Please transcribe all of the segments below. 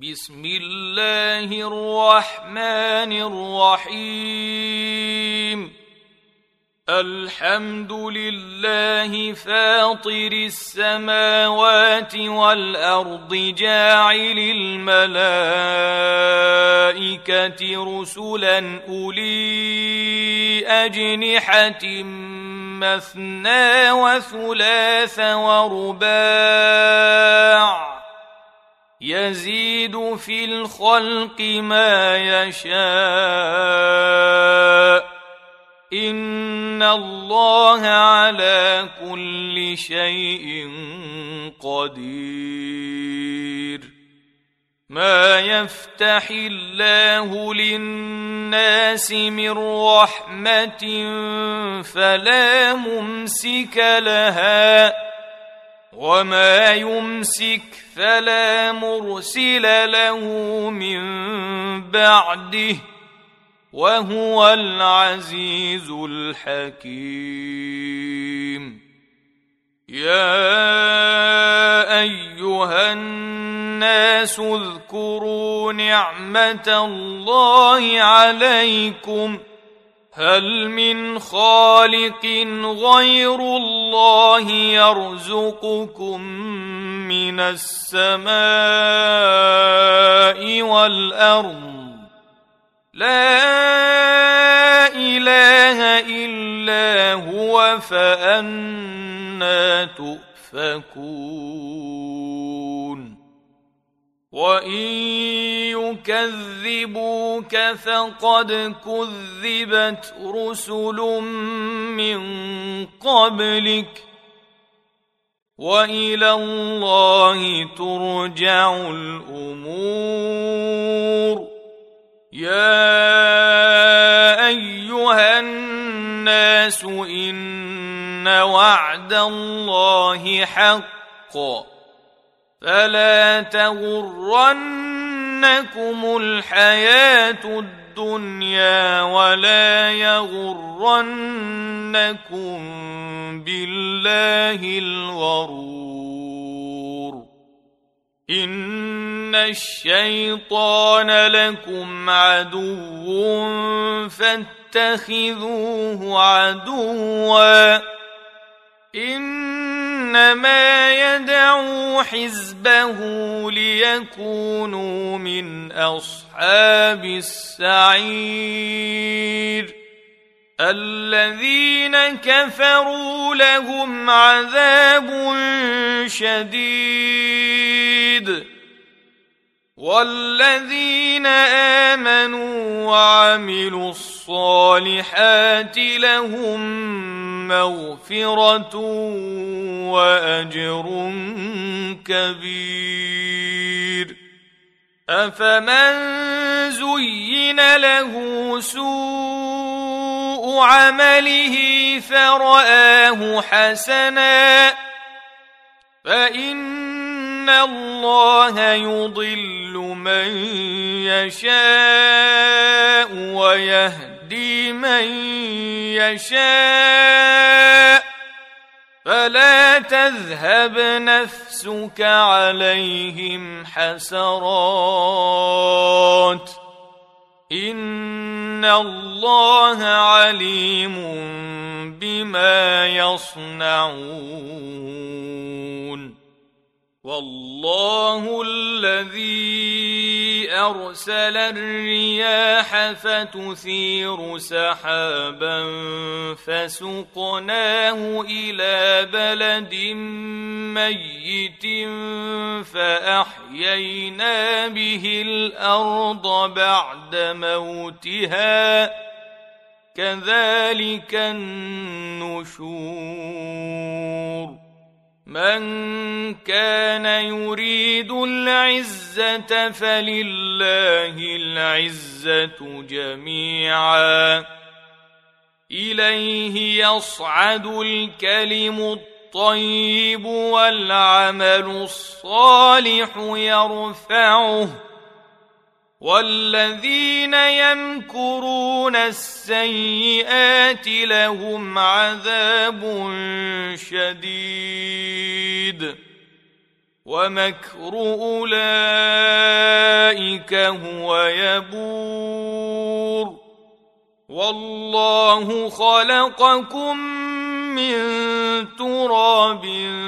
بسم الله الرحمن الرحيم. الحمد لله فاطر السماوات والأرض جاعل الملائكة رسلا أولي أجنحة مثنى وثلاث ورباع يزيد في الخلق ما يشاء إن الله على كل شيء قدير. ما يفتح الله للناس من رحمة فلا ممسك لها وما يمسك فلا مرسل له من بعده وهو العزيز الحكيم. يا أيها الناس اذكروا نعمة الله عليكم هل من خالق غير الله يرزقكم من السماء والأرض لا إله إلا هو فأنى تؤفكون. وإن يكذبوك فقد كذبت رسل من قبلك وإلى الله ترجع الأمور. يا أيها الناس إن وعد الله حق فلا تغرنكم الحياة الدنيا ولا يغرنكم بالله الغرور. إن الشيطان لكم عدو فاتخذوه عدوا إنما يدعو حزبه ليكونوا من أصحاب السعير. الذين كفروا لهم عذاب شديد والذين آمنوا وعملوا الصالحات لهم مغفرة وأجر كبير. أفمن زين له سوء عمله فرآه حسنا فإن الله يضل من يشاء ويهدي من يشاء فلا تذهب نفسك عليهم حسرات إن الله عليم بما يصنعون. والله الذي أرسل الرياح فتثير سحابا فسقناه إلى بلد ميت فأحيينا به الأرض بعد موتها كذلك النشور. من كان يريد العزة فلله العزة جميعا إليه يصعد الكلم الطيب والعمل الصالح يرفعه والذين يمكرون السيئات لهم عذاب شديد ومكر أولئك كهو يبور والله خلقكم من تراب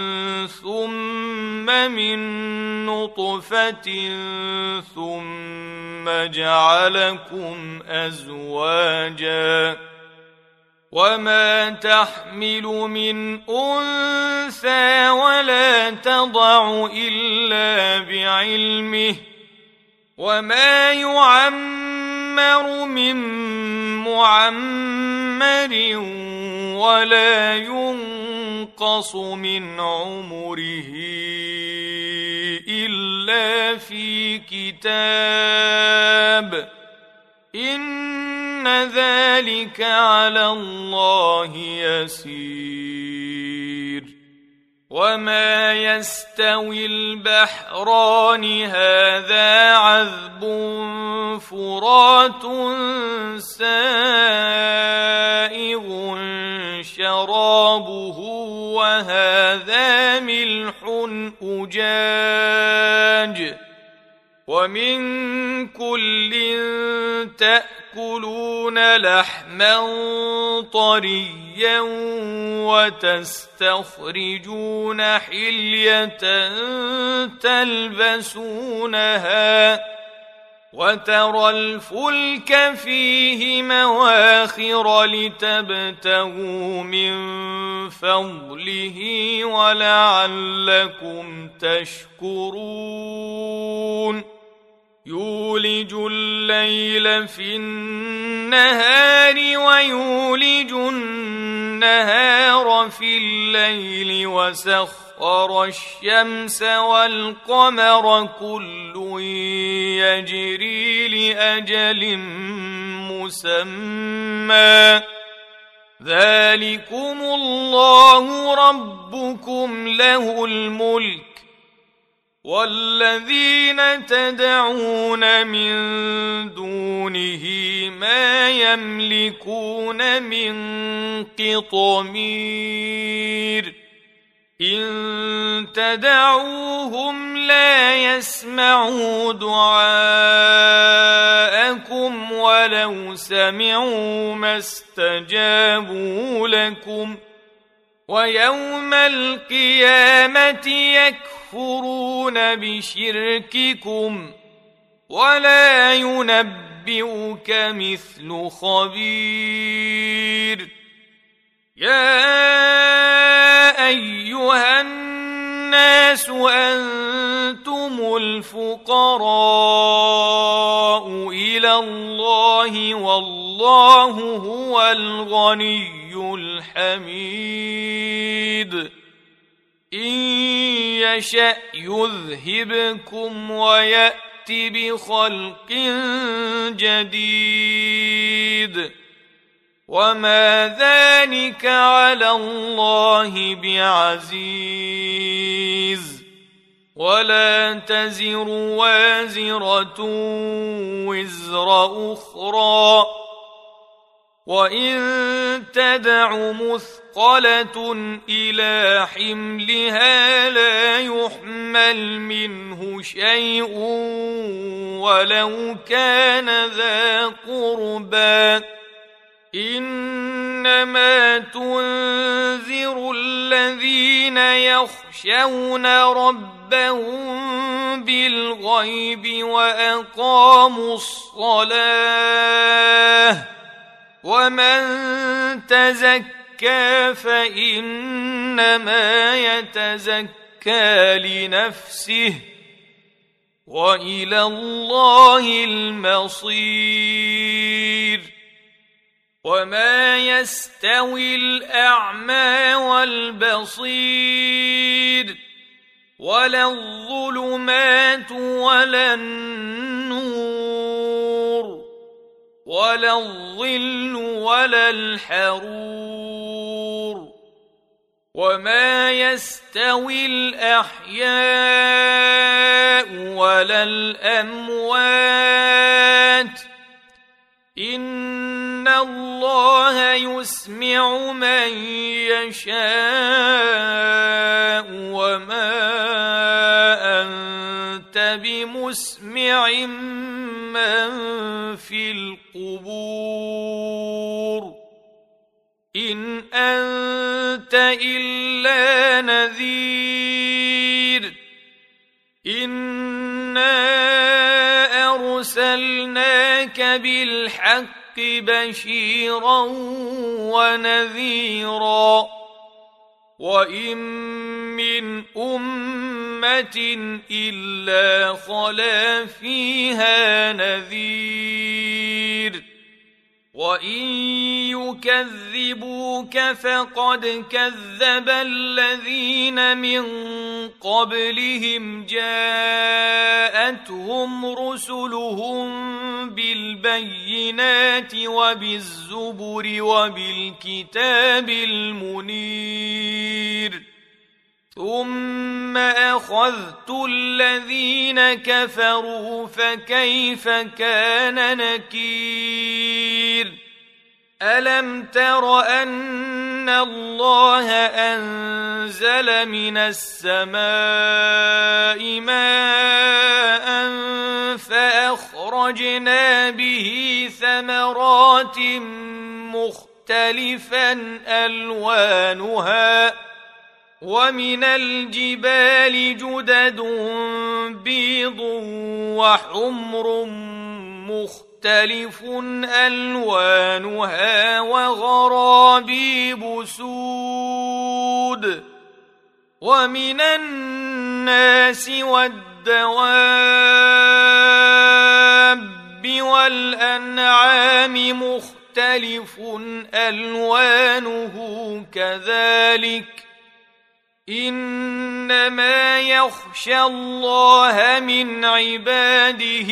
ثم من نطفة ثم جعلكم أزواجا وما تحمل من أنثى ولا تضع إلا بعلمه وما يعمر من معمر ولا ينقص من عمره إلا في كتاب إن ذلك على الله يسير وما يستوي البحران هذا عذب فرات سائغ شرابه وهذا ملح أجاج ومن كل تأكلون لحما طريا وتستخرجون حلية تلبسونها وترى الفلك فيه مواخر لتبتغوا من فضله ولعلكم تشكرون يولج الليل في النهار ويولج النهار في الليل وسخر الشمس والقمر كل يجري لأجل مسمى ذلكم الله ربكم له الملك والذين تدعون من دونه ما يملكون من قطمير إن تدعوهم لا يسمعوا دعاءكم ولو سمعوا ما استجابوا لكم ويوم القيامة يكفرون بشرككم ولا ينبئك مثل خبير يا أيها الناس أنتم الفقراء إلى الله والله هو الغني الحميد إن يشأ يذهبكم ويأت بخلق جديد وما ذلك على الله بعزيز ولا تزر وازرة وزر أخرى وإن تدع مثقلة إلى حملها لا يحمل منه شيء ولو كان ذا قربى إنما تنذر الذين يخشون ربهم بالغيب وأقاموا الصلاة ومن تزكى فإنما يتزكى لنفسه وإلى الله المصير وما يستوي الأعمى والبصير ولا الظلمات ولا النور ولا الظل ولا الحرور وما يستوي الأحياء ولا الأموات إن الله يسمع من يشاء وما أنت أنت بمسمع من في القبور إن أنت إلا نذير إنا أرسلناك بالحق بشيرا ونذيرا وإن من أمة إلا خلا فيها نذير وإن يكذبوك فقد كذب الذين من قبلهم جاءتهم رسلهم بالبينات وبالزبر وبالكتاب المنير ثم أخذت الذين كفروا فكيف كان نكير ألم تر أن الله أنزل من السماء ماء فأخرجنا به ثمرات مختلفا ألوانها ومن الجبال جدد بيض وحمر مختلف ألوانها وغرابيب سود ومن الناس والدواب والأنعام مختلف ألوانه كذلك إنما يخشى الله من عباده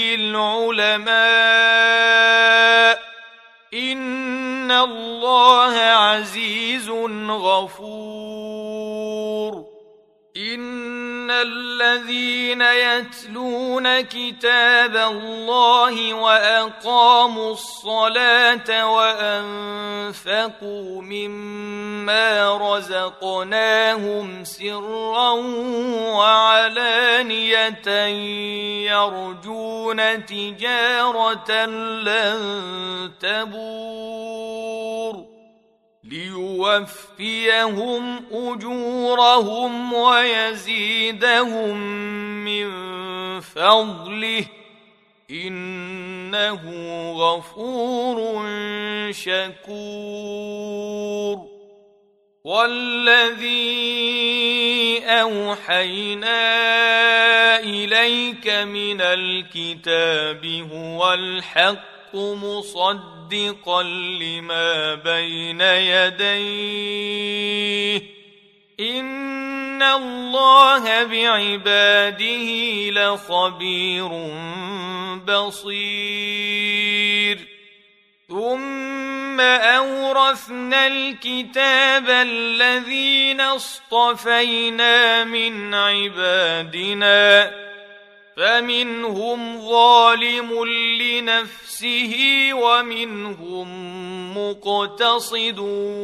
العلماء إن الله عزيز غفور إن الذين يتلون كتاب الله وأقاموا الصلاة وأنفقوا مما رزقناهم سرا وعلانية يرجون تجارة لن تبور ليوفيهم أجورهم ويزيدهم من فضله إنه غفور شكور والذي أوحينا إليك من الكتاب هو الحق مصدقا لما بين يديه إن الله بعباده لخبير بصير ثم أورثنا الكتاب الذين اصطفينا من عبادنا فمنهم ظالم لنفسه ومنهم مقتصد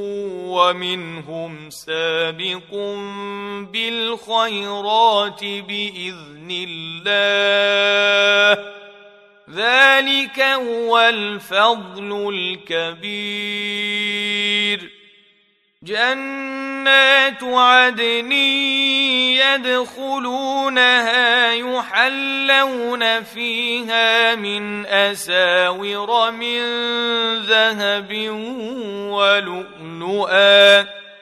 ومنهم سابق بالخيرات بإذن الله ذلك هو الفضل الكبير جنات عدن يدخلونها يحلون فيها من أساور من ذهب ولؤلؤا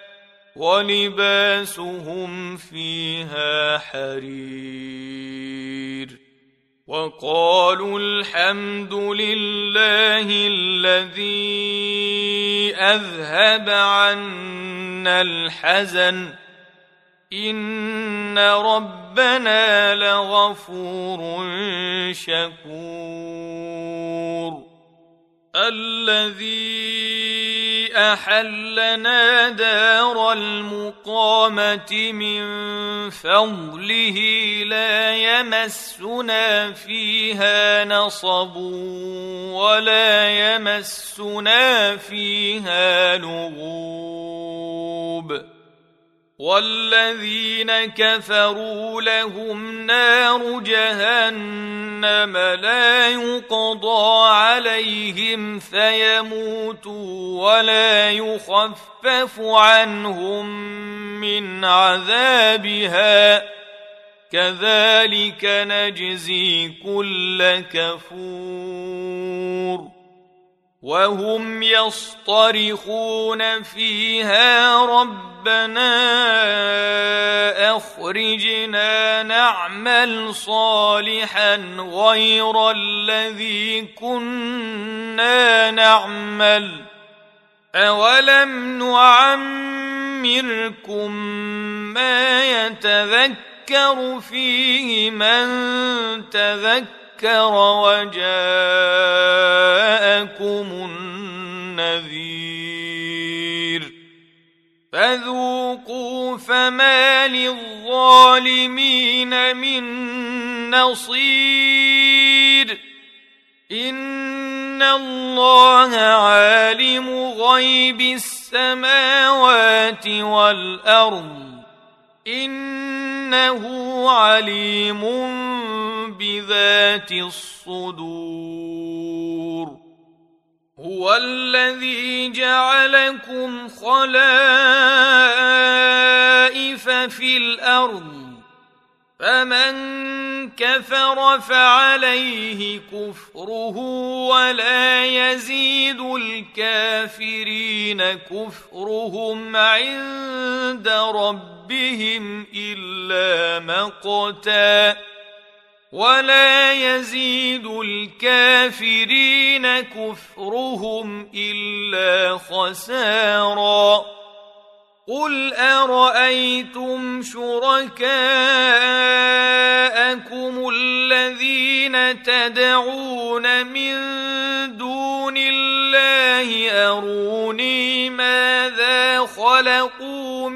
ولباسهم فيها حرير وقالوا الحمد لله الذي أذهب عنا الحزن إن ربنا لغفور شكور الذي أحلنا دار المقامة من فضله لا يمسنا فيها نصب ولا يمسنا فيها لغوب والذين كفروا لهم نار جهنم لا يقضى عليهم فيموتوا ولا يخفف عنهم من عذابها كذلك نجزي كل كفور وهم يصطرخون فيها ربنا أخرجنا نعمل صالحا غير الذي كنا نعمل أولم نعمركم ما يتذكر فيه من تذكر وجاءكم النذير فذوقوا فما للظالمين من نصير إن الله عالم غيب السماوات والأرض إنه عليم بذات الصدور هو الذي جعلكم خلائف في الأرض فمن كفر فعليه كفره ولا يزيد الكافرين كفرهم عند ربهم إلا مقتا ولا يزيد الكافرين كفرهم إلا خسارا قل أرأيتم شركاءكم الذين تدعون من دون الله أروني ماذا خلقوا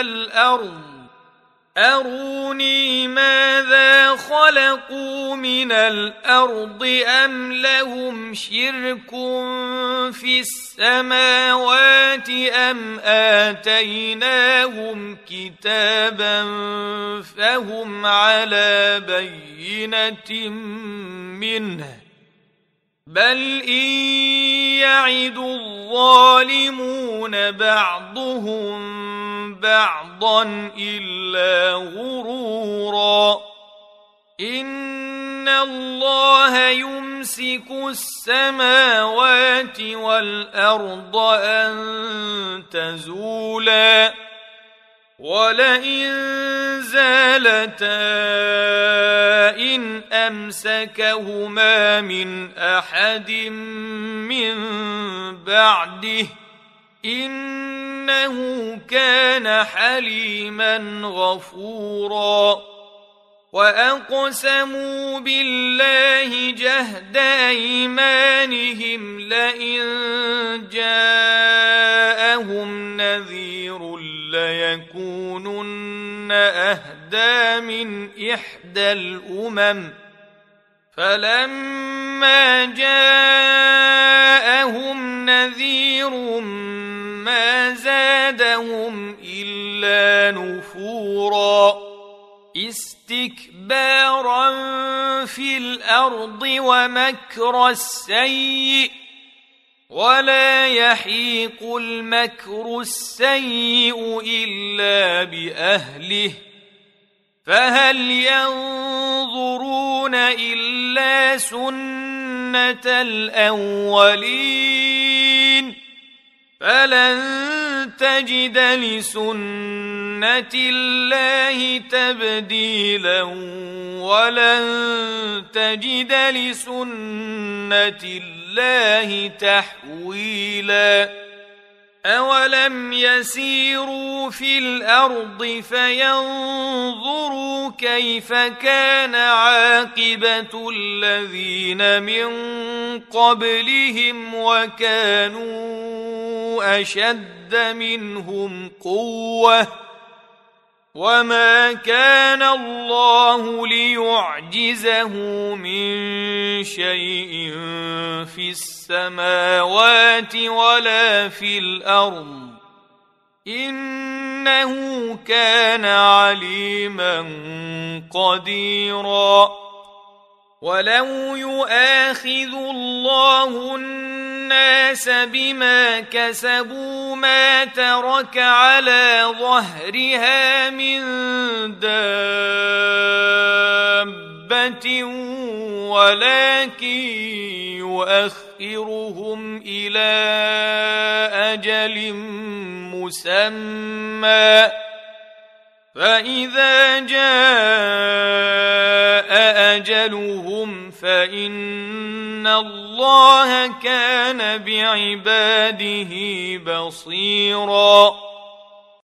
من الأرض أم لهم شرك في السماوات أم آتيناهم كتابا فهم على بينة منه بل إن يعد الظالمون بعضهم بعضا إلا غرورا إن الله يمسك السماوات والأرض أن تزولا ولئن زالتا إن أمسكهما من أحد من بعده إنه كان حليما غفورا وأقسموا بالله جهد أيمانهم لئن جاءهم نذير ليكونن أهدى من إحدى الأمم فلما جاءهم نذير ما زادهم إلا نفورا استكبارا في الأرض ومكر السيء ولا يحيق المكر السيء إلا بأهله فهل ينظرون إلا سنة الأولين فلن تجد لسنة الله تبديلا ولن تجد لسنة الله تحويلا أولم يسيروا في الأرض فينظروا كيف كان عاقبة الذين من قبلهم وكانوا أشد منهم قوة وما كان الله ليعجزه من شيء في السماوات ولا في الأرض إنه كان عليما قديرا ولو يؤاخذ الله الناس بما كسبوا ما ترك على ظهرها من دابة ولكن يؤخرهم إلى أجل مسمى فإذا جاء أجلهم فإن الله كان بعباده بصيراً